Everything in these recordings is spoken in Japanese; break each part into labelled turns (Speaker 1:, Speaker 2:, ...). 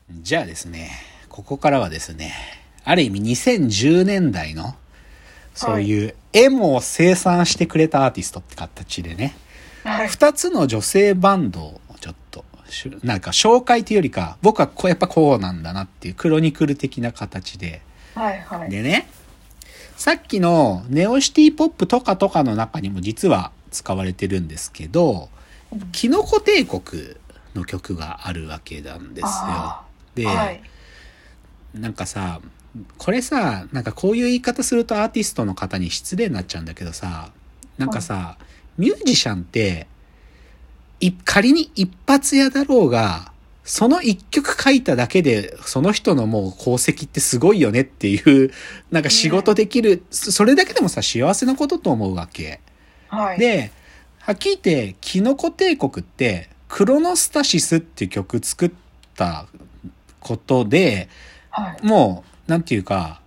Speaker 1: じゃあですね、ここからはですね、ある意味2010年代のそういうエモを生産してくれたアーティストって形でね、二つの女性バンドをちょっとなんか紹介というよりか、僕はやっぱこうなんだなっていうクロニクル的な形で、でね、さっきのネオシティポップとかの中にも実は使われてるんですけど、キノコ帝国の曲があるわけなんですよ。で、なんかさ、これさ、なんかこういう言い方するとアーティストの方に失礼になっちゃうんだけどさ、なんかさ、ミュージシャンって仮に一発屋だろうが、その一曲書いただけでその人のもう功績ってすごいよねっていう、なんか仕事できる、それだけでもさ幸せなことと思うわけ。で、はっきり言ってキノコ帝国ってクロノスタシスっていう曲作ったことで、もうなんていうか、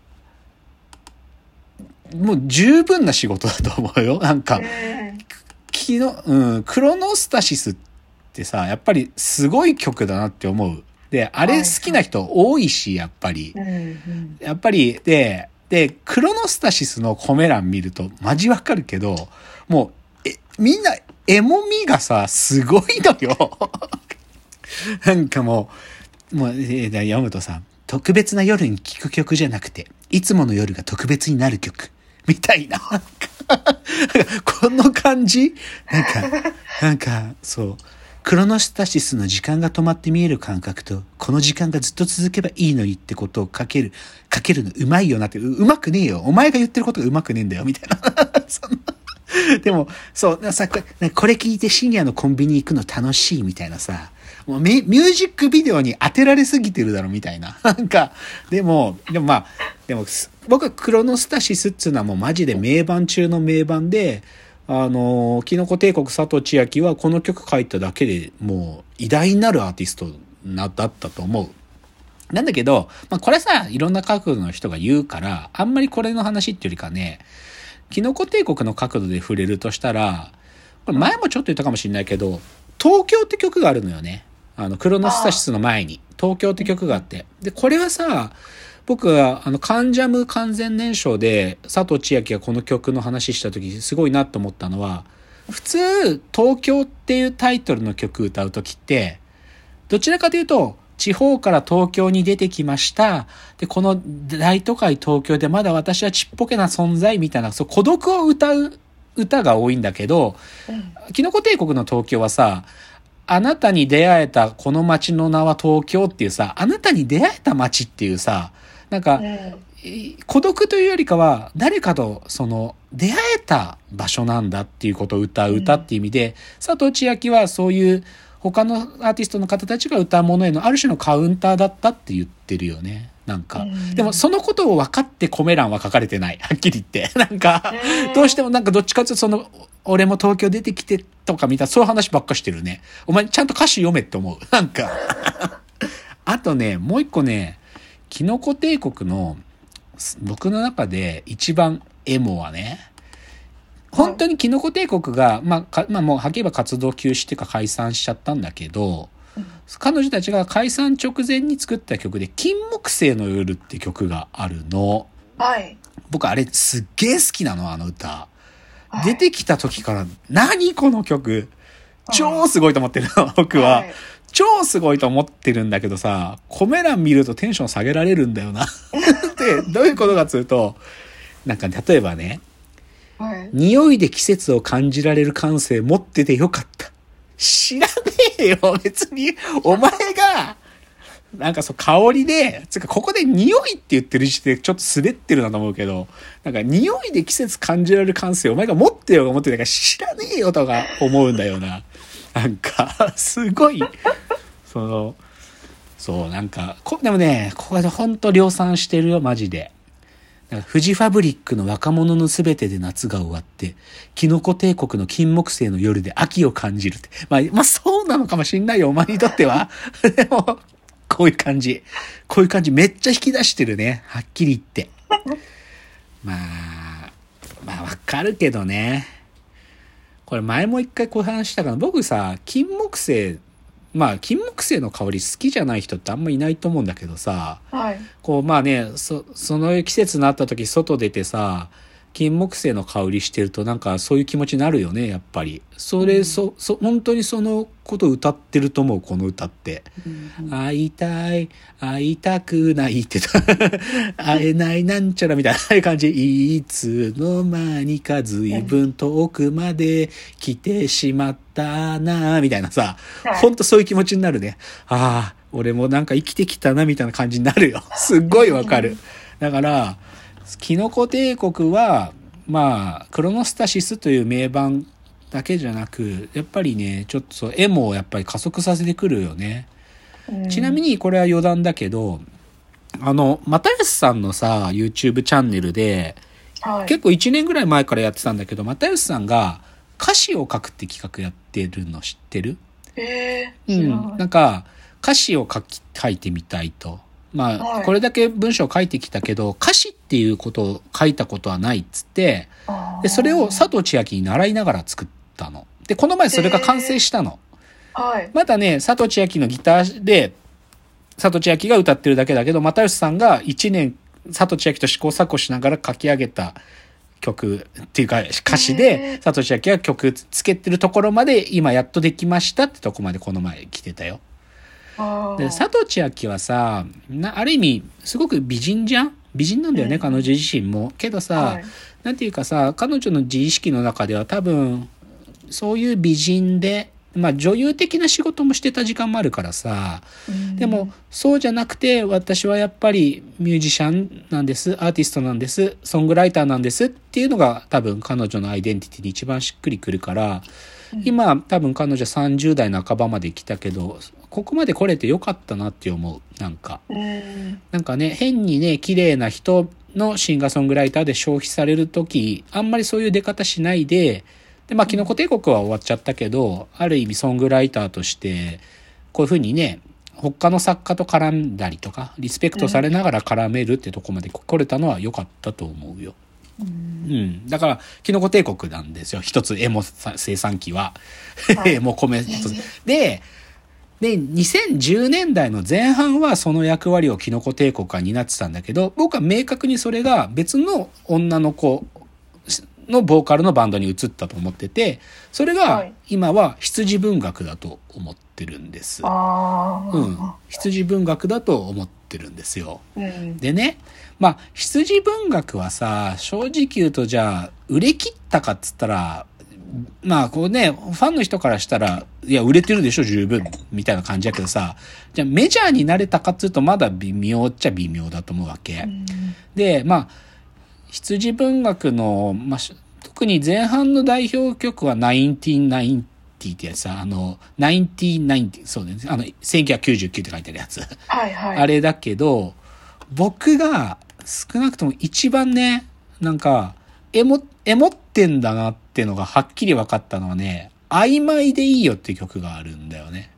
Speaker 1: もう十分な仕事だと思うよ。なんか、クロノスタシスってさ、やっぱりすごい曲だなって思う。で、あれ好きな人多いし、やっぱり。やっぱり、で、クロノスタシスのコメ欄見るとマジわかるけど、もう、みんな、エモみがさ、すごいのよ。なんかもう、読むとさ、特別な夜に聴く曲じゃなくて、いつもの夜が特別になる曲。みたいな。この感じなんか、そう。クロノスタシスの時間が止まって見える感覚と、この時間がずっと続けばいいのにってことをかけるのうまいよなって、うまくねえよ。お前が言ってることがうまくねえんだよ。みたいな。でも、そう、さ、これ聞いて深夜のコンビニ行くの楽しいみたいなさ、もうミュージックビデオに当てられすぎてるだろみたいな。なんか、でも僕はクロノスタシスっていうのはもうマジで名盤中の名盤で、キノコ帝国佐藤千亜はこの曲書いただけでもう偉大なるアーティストだったと思う。なんだけど、これさ、いろんな角度の人が言うから、あんまりこれの話っていうよりかね、キノコ帝国の角度で触れるとしたら、これ前もちょっと言ったかもしれないけど、東京って曲があるのよね。クロノスタシスの前に、東京って曲があって。で、これはさ、僕は、カンジャム完全燃焼で佐藤千亜がこの曲の話した時すごいなと思ったのは、普通、東京っていうタイトルの曲歌う時って、どちらかというと、地方から東京に出てきました。で、この大都会東京でまだ私はちっぽけな存在みたいな、そう孤独を歌う歌が多いんだけど、キノコ帝国の東京はさ、あなたに出会えたこの街の名は東京っていうさ、あなたに出会えた街っていうさ、なんか、孤独というよりかは、誰かと出会えた場所なんだっていうことを歌う歌っていう意味で、佐藤千亜はそういう他のアーティストの方たちが歌うものへのある種のカウンターだったって言ってるよね。なんか。でもそのことを分かってコメ欄は書かれてない。はっきり言って。なんか、どうしてもなんかどっちかというと俺も東京出てきてとかみたいな、そういう話ばっかしてるね。お前ちゃんと歌詞読めって思う。なんか。あとね、もう一個ね、キノコ帝国の僕の中で一番エモはね、本当にキノコ帝国が、もうはっきり言えば活動休止っていうか解散しちゃったんだけど、彼女たちが解散直前に作った曲で金木犀の夜って曲があるの。僕あれすっげえ好きなの、あの歌。出てきた時から何この曲超すごいと思ってるの、僕は。超すごいと思ってるんだけどさ、コメ欄見るとテンション下げられるんだよな。で、どういうことかというと、なんか例えばね、匂いで季節を感じられる感性持っててよかった。知らねえよ、別に。お前が、なんか香りで、ここで匂いって言ってる時点でちょっと滑ってるなと思うけど、なんか匂いで季節感じられる感性お前が持ってようが持ってないから知らねえよとか思うんだよな。なんか、すごい、なんか、でもね、ここでほんと量産してるよ、マジで。フジファブリックの若者のすべてで夏が終わって、キノコ帝国の金木犀の夜で秋を感じるって。そうなのかもしんないよ、お前にとっては。でも、こういう感じめっちゃ引き出してるね。はっきり言って。わかるけどね。これ前も一回こういう話したから、僕さ、金木犀まあ金木犀の香り好きじゃない人ってあんまいないと思うんだけどさ、
Speaker 2: はい。
Speaker 1: こうまあね、その季節になった時外出てさ、金木犀の香りしてるとなんかそういう気持ちになるよね、やっぱり。本当にそのことを歌ってると思う、この歌って。会いたい、会いたくないって会えないなんちゃらみたいな感じ。いつの間にか随分遠くまで来てしまったなみたいなさ、ほんとそういう気持ちになるね。ああ、俺もなんか生きてきたなみたいな感じになるよ。すっごいわかる。だから、キノコ帝国は、まあ、クロノスタシスという名盤だけじゃなく、やっぱりね、ちょっとそう、絵もやっぱり加速させてくるよね。ちなみにこれは余談だけど、又吉さんのさ、YouTube チャンネルで、はい、結構1年ぐらい前からやってたんだけど、又吉さんが歌詞を書くって企画やってるの知ってる？なんか、歌詞を書いてみたいと。まあ、はい、これだけ文章を書いてきたけど、歌詞っていうことを書いたことはないっつって、で、それを佐藤千亜に習いながら作ったの。で、この前それが完成したの。はい、まだね、佐藤千亜のギターで、佐藤千亜が歌ってるだけだけど、又吉さんが1年、佐藤千亜と試行錯誤しながら書き上げた曲っていうか歌詞で、佐藤千亜が曲つけてるところまで今やっとできましたってとこまでこの前来てたよ。で佐藤千亜はさ、ある意味すごく美人じゃん？美人なんだよね、彼女自身も。けどさ、はい、なんていうかさ、彼女の自意識の中では多分そういう美人で、まあ女優的な仕事もしてた時間もあるからさ、でもそうじゃなくて、私はやっぱりミュージシャンなんです、アーティストなんです、ソングライターなんですっていうのが多分彼女のアイデンティティに一番しっくりくるから、今多分彼女30代半ばまで来たけど、ここまで来れてよかったなって思う。なんかね、変にね、綺麗な人のシンガーソングライターで消費されるとき、あんまりそういう出方しないで、まあ、キノコ帝国は終わっちゃったけど、ある意味ソングライターとして、こういうふうにね、他の作家と絡んだりとか、リスペクトされながら絡めるってとこまで来れたのは良かったと思うよ。だから、キノコ帝国なんですよ。一つ、エモ生産機は。エモ米一つ。で、2010年代の前半はその役割をキノコ帝国が担ってたんだけど、僕は明確にそれが別の女の子のボーカルのバンドに移ったと思ってて、それが今は羊文学だと思ってるんです。羊文学だと思ってるんですよ。でね、まあ、羊文学はさ、正直言うとじゃあ、売れ切ったかっつったら、まあ、こうね、ファンの人からしたら、いや、売れてるでしょ、十分、みたいな感じだけどさ、じゃあメジャーになれたかっつうと、まだ微妙っちゃ微妙だと思うわけ。で、まあ、羊文学の、まあ、特に前半の代表曲は1990ってやつさ、1990、そうね、1999って書いてあるやつ。はいはい。あれだけど、僕が少なくとも一番ね、なんか、エモってんだなってのがはっきり分かったのはね、曖昧でいいよっていう曲があるんだよね。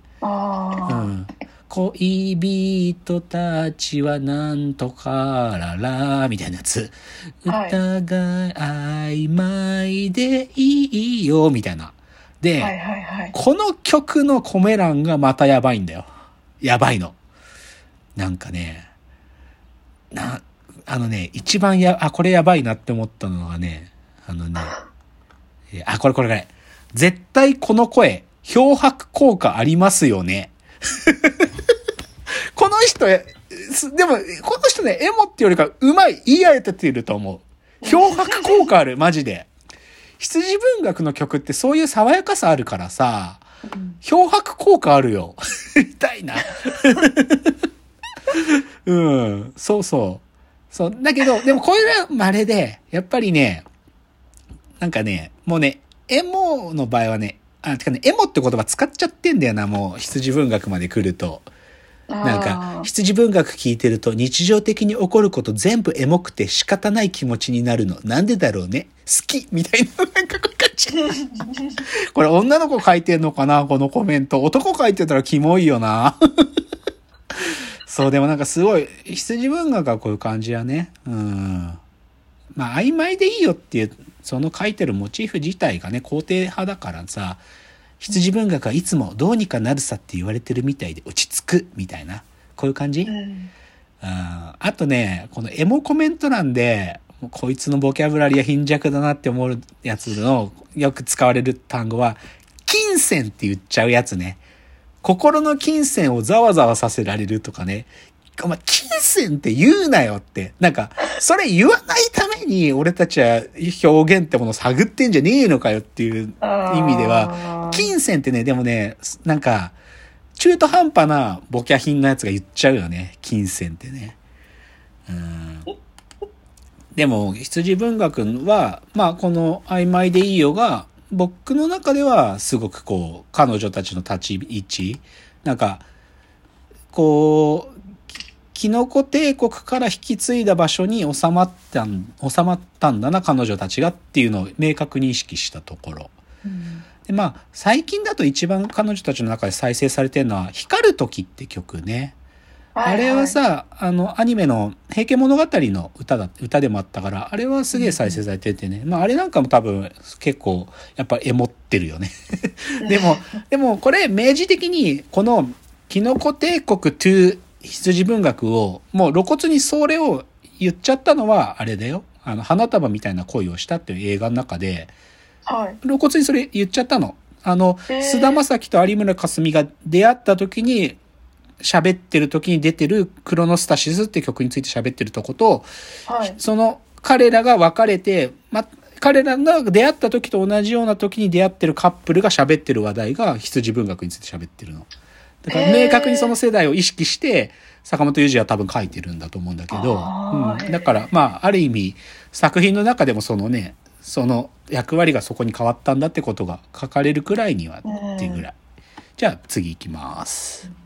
Speaker 1: 恋人たちはなんとかららみたいなやつ。はい、疑い曖昧でいいよみたいな。で、この曲のコメ欄がまたやばいんだよ。やばいの。なんかね、一番これやばいなって思ったのがね、これ。絶対この声、漂白効果ありますよね。この人、でも、この人ね、エモっていうよりか、うまい、言い合えてると思う。漂白効果ある、マジで。羊文学の曲ってそういう爽やかさあるからさ、漂白効果あるよ。みたいな。そう。だけど、でもこれは稀で、やっぱりね、なんかね、もうね、エモの場合はね、エモって言葉使っちゃってんだよな、もう、羊文学まで来ると。なんか、羊文学聞いてると日常的に起こること全部エモくて仕方ない気持ちになるの。なんでだろうね。好きみたいな、なんかこう感じ。これ女の子書いてんのかなこのコメント。男書いてたらキモいよな。そう、でもなんかすごい、羊文学はこういう感じやね。まあ、曖昧でいいよっていう、その書いてるモチーフ自体がね、肯定派だからさ、 羊文学はいつもどうにかなるさって言われてるみたいで落ち着くみたいな、こういう感じ、あとね、このエモコメント欄でこいつのボキャブラリーは貧弱だなって思うやつのよく使われる単語は金銭って言っちゃうやつね。心の金銭をざわざわさせられるとかね。お前金銭って言うなよって。なんか、それ言わないために俺たちは表現ってものを探ってんじゃねえのかよっていう意味では、金銭ってね、でもね、なんか、中途半端なボキャ品のやつが言っちゃうよね。金銭ってね。でも、羊文学は、まあ、この曖昧でいいよが、僕の中ではすごくこう、彼女たちの立ち位置、なんか、こう、キノコ帝国から引き継いだ場所に収まったんだな、彼女たちがっていうのを明確に意識したところ。で、まあ、最近だと一番彼女たちの中で再生されてるのは、光る時って曲ね。あれはさ、アニメの平家物語の歌でもあったから、あれはすげえ再生されててね。まあ、あれなんかも多分結構、やっぱエモってるよね。でもこれ明示的に、この、キノコ帝国2羊文学を、もう露骨にそれを言っちゃったのは、あれだよ。花束みたいな恋をしたっていう映画の中で、露骨にそれ言っちゃったの。菅田将暉と有村架純が出会った時に、喋ってる時に出てるクロノスタシスって曲について喋ってるとこと、その彼らが別れて、彼らが出会った時と同じような時に出会ってるカップルが喋ってる話題が羊文学について喋ってるの。だから明確にその世代を意識して坂本龍二は多分書いてるんだと思うんだけど、だからまあある意味作品の中でもそのね、その役割がそこに変わったんだってことが書かれるくらいにはっていうぐらい。じゃあ次行きます。